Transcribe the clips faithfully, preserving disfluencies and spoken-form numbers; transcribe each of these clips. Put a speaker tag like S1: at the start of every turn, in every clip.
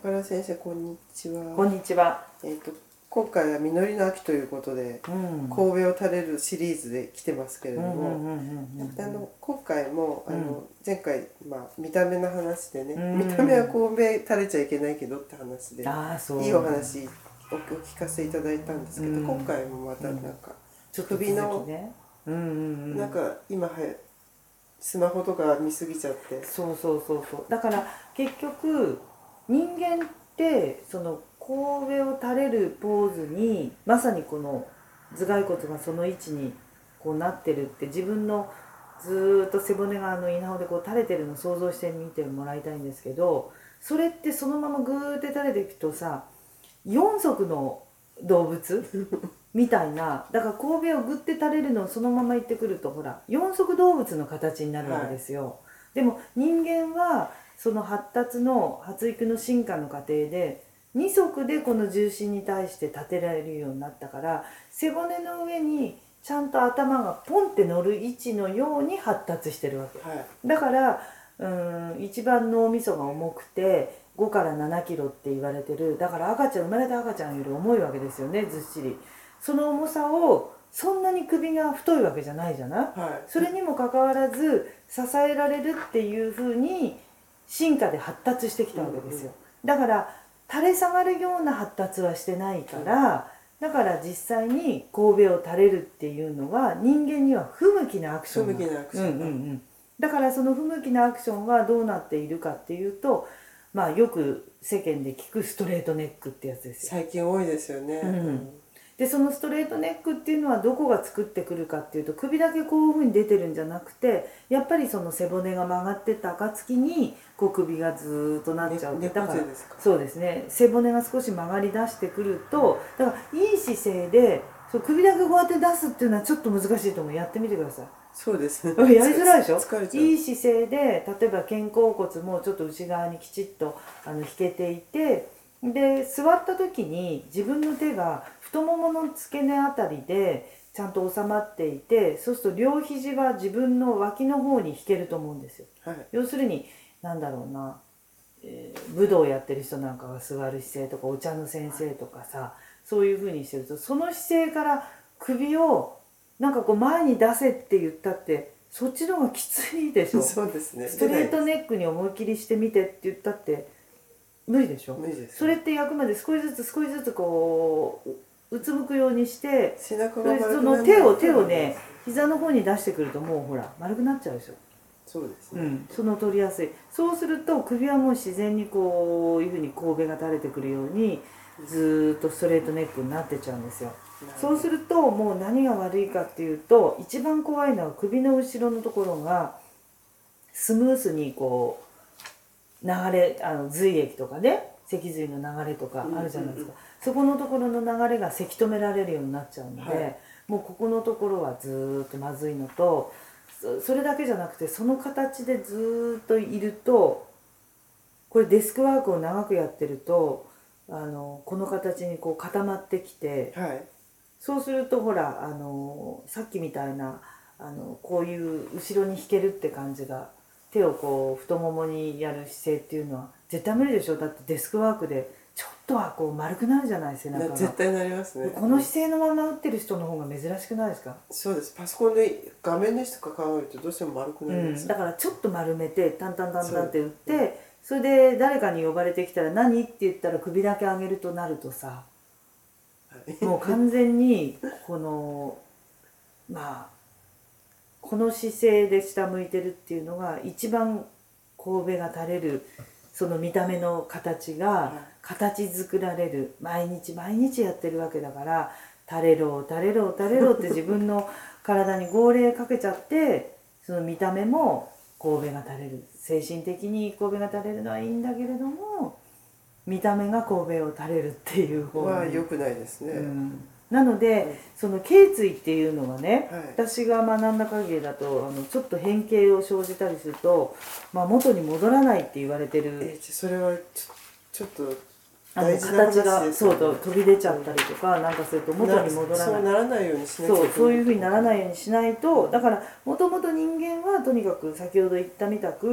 S1: 高田先生、こんにちは。
S2: こんにちは。
S1: えっと今回は実りの秋ということで、うん、神戸を垂れるシリーズで来てますけれども、今回もあの、うん、前回、まあ、見た目の話でね、うん、見た目は神戸垂れちゃいけないけどって話で、いいお話お聞かせいただいたんですけど、うん、今回もまたなんか、うん、首の、ね、うんうんうん、なんか今はスマホとか見すぎちゃって、
S2: そうそうそうそう、だから結局人間ってその神戸を垂れるポーズにまさにこの頭蓋骨がその位置にこうなってるって、自分のずーっと背骨があの稲穂でこう垂れてるのを想像してみてもらいたいんですけど、それってそのままグーって垂れていくとさ、よん足の動物みたいな、だから神戸をグッて垂れるのをそのまま行ってくると、ほらよん足動物の形になるわけですよ、はい、でも人間はその発達の発育の進化の過程でに足でこの重心に対して立てられるようになったから、背骨の上にちゃんと頭がポンって乗る位置のように発達してるわけ、はい、だからうーん一番脳みそが重くてごからななキロって言われてる、だから赤ちゃん生まれた赤ちゃんより重いわけですよね、ずっしり。その重さをそんなに首が太いわけじゃないじゃない、はい、それにもかかわらず支えられるっていう風に進化で発達してきたわけですよ、うんうん、だから垂れ下がるような発達はしてないから、うん、だから実際に神戸を垂れるっていうのは人間には不向きなアクション
S1: 不向きなアクション、うんうんうん、
S2: だからその不向きなアクションはどうなっているかっていうと、まあよく世間で聞くストレートネックってやつですよ。
S1: 最近多いですよね、うん、
S2: でそのストレートネックっていうのはどこが作ってくるかっていうと、首だけこういう風に出てるんじゃなくて、やっぱりその背骨が曲がってった暁にこう首がずっとなっちゃう、
S1: ね、
S2: だから
S1: ですか。
S2: そうですね、背骨が少し曲がり出してくると、だからいい姿勢でそう首だけこうやって出すっていうのはちょっと難しいと思う。やってみてください。
S1: そうですね、
S2: やりづらいでしょ。いい姿勢で、例えば肩甲骨もちょっと内側にきちっとあの引けていて、で座った時に自分の手が太ももの付け根あたりでちゃんと収まっていて、そうすると両肘は自分の脇の方に引けると思うんですよ、はい、要するに何だろうな、えー、武道をやってる人なんかが座る姿勢とか、お茶の先生とかさ、はい、そういう風にしてると、その姿勢から首をなんかこう前に出せって言ったってそっちの方がきついでしょ。
S1: そうですね、
S2: ストレートネックに思い切りしてみてって言ったって無理でしょ。
S1: 無理です、ね、
S2: それってあくまで少しずつ少しずつこううつむくようにして、
S1: 背中が丸くなる、
S2: その手を手をね膝の方に出してくるともうほら丸くなっちゃうでしょ。
S1: そうですね、
S2: うん、その取りやすい。そうすると首はもう自然にこういうふうに神戸が垂れてくるようにずっとストレートネックになってっちゃうんですよ。そうするともう何が悪いかっていうと、一番怖いのは首の後ろのところがスムースにこう流れ、あの髄液とかね、脊髄の流れとかあるじゃないですか、うんうんうん、そこのところの流れがせき止められるようになっちゃうので、はい、もうここのところはずっとまずいのと、それだけじゃなくてその形でずっといると、これデスクワークを長くやってるとあのこの形にこう固まってきて、はい、そうするとほらあのさっきみたいなあのこういう後ろに引けるって感じが、手をこう太ももにやる姿勢っていうのは絶対無理でしょ。だってデスクワークでちょっとはこう丸くなるじゃない、背中が。
S1: 絶対なりますね。
S2: この姿勢のまま打ってる人の方が珍しくないですか。
S1: そうです。パソコンで画面でしか考えるとどうしても丸くなります、
S2: うん、だからちょっと丸めてタンタンタンタンって打って、それで誰かに呼ばれてきたら何って言ったら首だけ上げるとなるとさ、もう完全にこのまあこの姿勢で下向いてるっていうのが一番神戸が垂れる、その見た目の形が形作られる、毎日毎日やってるわけだから、垂れろ垂れろ垂れろって自分の体に号令かけちゃって、その見た目も神戸が垂れる、精神的に神戸が垂れるのはいいんだけれども、見た目が神戸を垂れるっていう方
S1: は良くないですね、うん、
S2: なので、はい、その頸椎っていうのはね、はい、私が学んだ限りだとあのちょっと変形を生じたりすると、まあ、元に戻らないって言われてる。
S1: えそれはちょ、ちょっと
S2: 大事な話ですよね。形がそうと飛び出ちゃったりとかなんかすると元に戻らない。
S1: そうならないようにしないと。
S2: そうそういうふうにならないようにしないと。だからもともと人間はとにかく先ほど言ったみたく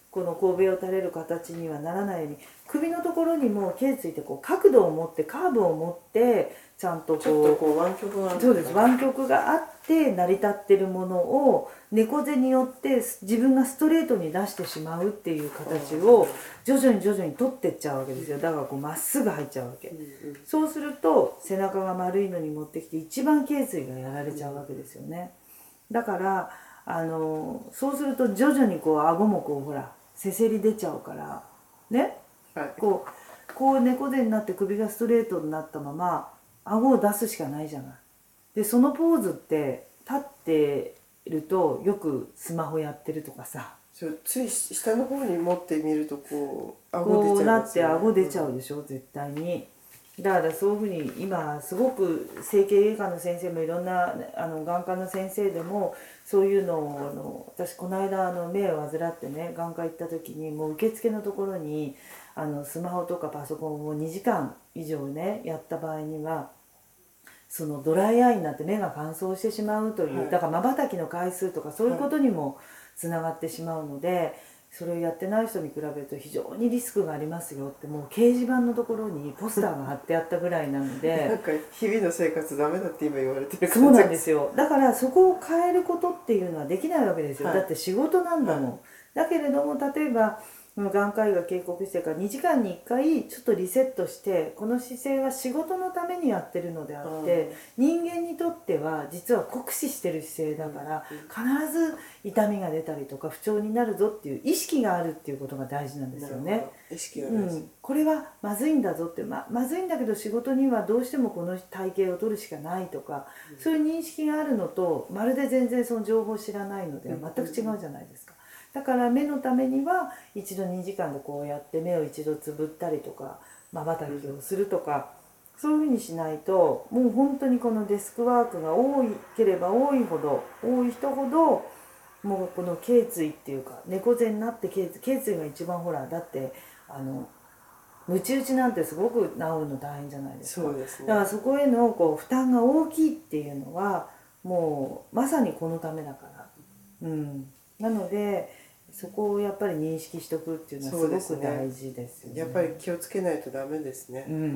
S2: この神戸を垂れる形にはならないように、首のところにも頸ついてこう角度を持ってカーブを持ってちゃんとこう
S1: ちょっとこう湾曲がある、
S2: そうです、湾曲があって成り立ってるものを猫背によって自分がストレートに出してしまうっていう形を徐々に徐々に取ってっちゃうわけですよ。だからこうまっすぐ入っちゃうわけ、うんうん、そうすると背中が丸いのに持ってきて一番頸椎がやられちゃうわけですよね。だからあのそうすると徐々にこう顎もこうほらせせり出ちゃうからね、はい、こうこう猫背になって首がストレートになったまま顎を出すしかないじゃない。でそのポーズって立ってるとよくスマホやってるとかさ、
S1: つい下の方に持ってみるとこう
S2: 顎出ちゃいますよね。こうなって顎出ちゃうでしょ、うん、絶対に。だからそういうふうに今すごく整形外科の先生もいろんなあの眼科の先生でもそういうのをあの私この間あの目を患ってね眼科行った時にもう受付のところにあのスマホとかパソコンをにじかん以上ねやった場合にはそのドライアイになって目が乾燥してしまうという、はい、だから瞬きの回数とかそういうことにもつながってしまうので、はい、それをやってない人に比べると非常にリスクがありますよってもう掲示板のところにポスターが貼ってあったぐらいなので
S1: なんか日々の生活ダメだって今言われてる感じ。
S2: そうなんですよ。だからそこを変えることっていうのはできないわけですよ、はい、だって仕事なんだもん、はい、だけれども例えば眼科医が警告してからにじかんにいっかいちょっとリセットしてこの姿勢は仕事のためにやってるのであって、うん、人間にとっては実は酷使してる姿勢だから、うん、必ず痛みが出たりとか不調になるぞっていう意識があるっていうことが大事なんですよね。
S1: 意識が大事、うん、
S2: これはまずいんだぞって、ま、まずいんだけど仕事にはどうしてもこの体型を取るしかないとか、うん、そういう認識があるのとまるで全然その情報を知らないのでは全く違うじゃないですか。だから目のためには一度にじかんでこうやって目を一度つぶったりとかまばたきをするとか、そういうふうにしないともう本当にこのデスクワークが多ければ多いほど多い人ほどもうこの頸椎っていうか猫背になって頸椎、頸椎が一番ほらだってあのムチ打ちなんてすごく治るの大変じゃないですか。そうですね。だからそこへのこう負担が大きいっていうのはもうまさにこのためだから、うん、なのでそこをやっぱり認識しておくっていうのはすごく大事ですよね。
S1: やっぱり気をつけないとダメですね。
S2: うんうんうん。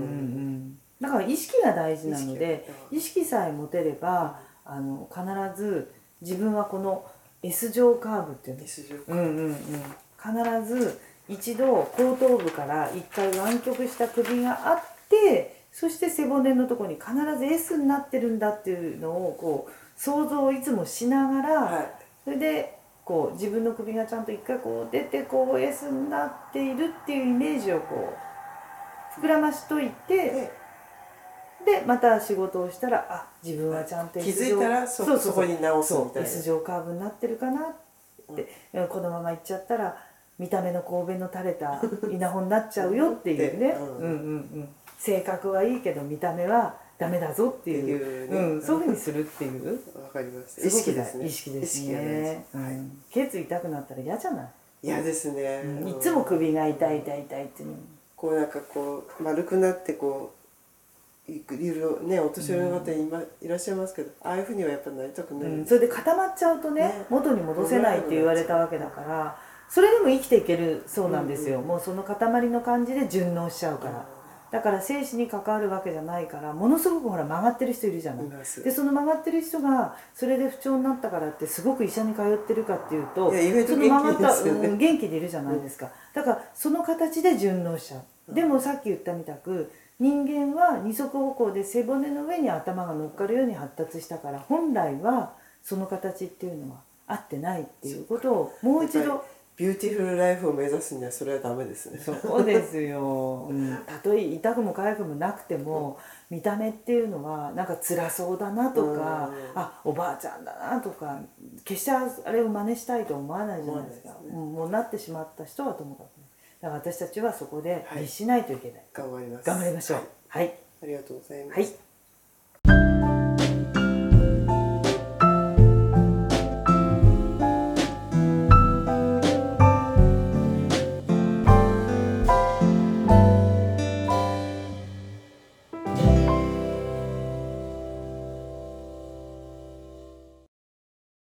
S2: だから意識が大事なので、意識さえ持てればあの必ず自分はこの S 状カーブっていうの、
S1: S 状
S2: カーブ、うんうんうん、必ず一度後頭部から一回湾曲した首があって、そして背骨のところに必ず S になってるんだっていうのをこう想像をいつもしながら、はい、それでこう自分の首がちゃんと一回こう出てこう S になっているっていうイメージをこう膨らましといて、でまた仕事をしたらあ自分はちゃんと
S1: S 状、気づいたら そ, そうそうそこに直すみたいな
S2: S 状カーブになってるかなって、うん、このままいっちゃったら見た目の神戸の垂れた稲穂になっちゃうよっていうね、うんうんうん、性格はいいけど見た目はダメだぞっていう、っていうね、うん、そういうふうにするっていう
S1: わかります。意識ですね。
S2: 意識ですね。頸椎痛くなったら嫌じゃない？
S1: 嫌ですね、
S2: うん、いつも首が痛い痛い痛いっていうの、
S1: こうなんかこう丸くなってこういるねお年寄りの方今いらっしゃいますけど、ああいうふうにはやっぱりなりたくない、うん、
S2: それで固まっちゃうとね、ね元に戻せないって言われたわけだから、それでも生きていけるそうなんですよ、うんうん、もうその塊の感じで順応しちゃうから。だから生死に関わるわけじゃないからものすごくほら曲がってる人いるじゃない。でその曲がってる人がそれで不調になったからってすごく医者に通ってるかっていうと、その曲がった、うん、元気でいるじゃないですか。だからその形で順応しちゃう。でもさっき言ったみたく人間は二足歩行で背骨の上に頭が乗っかるように発達したから本来はその形っていうのは合ってないっていうことをもう一度
S1: ビューティフルライフを目指すにはそれはダメですね。
S2: そうですよ、うん、たとえ痛くも痒くもなくても、うん、見た目っていうのはなんか辛そうだなとか、うん、あおばあちゃんだなとか決してあれを真似したいと思わないじゃないですか。ですね、うん、もうなってしまった人はともかく、ね、だから私たちはそこで律しないといけない、
S1: はい、頑張ります。
S2: 頑張りましょう。はい、はい、
S1: ありがとうございます。
S2: はい。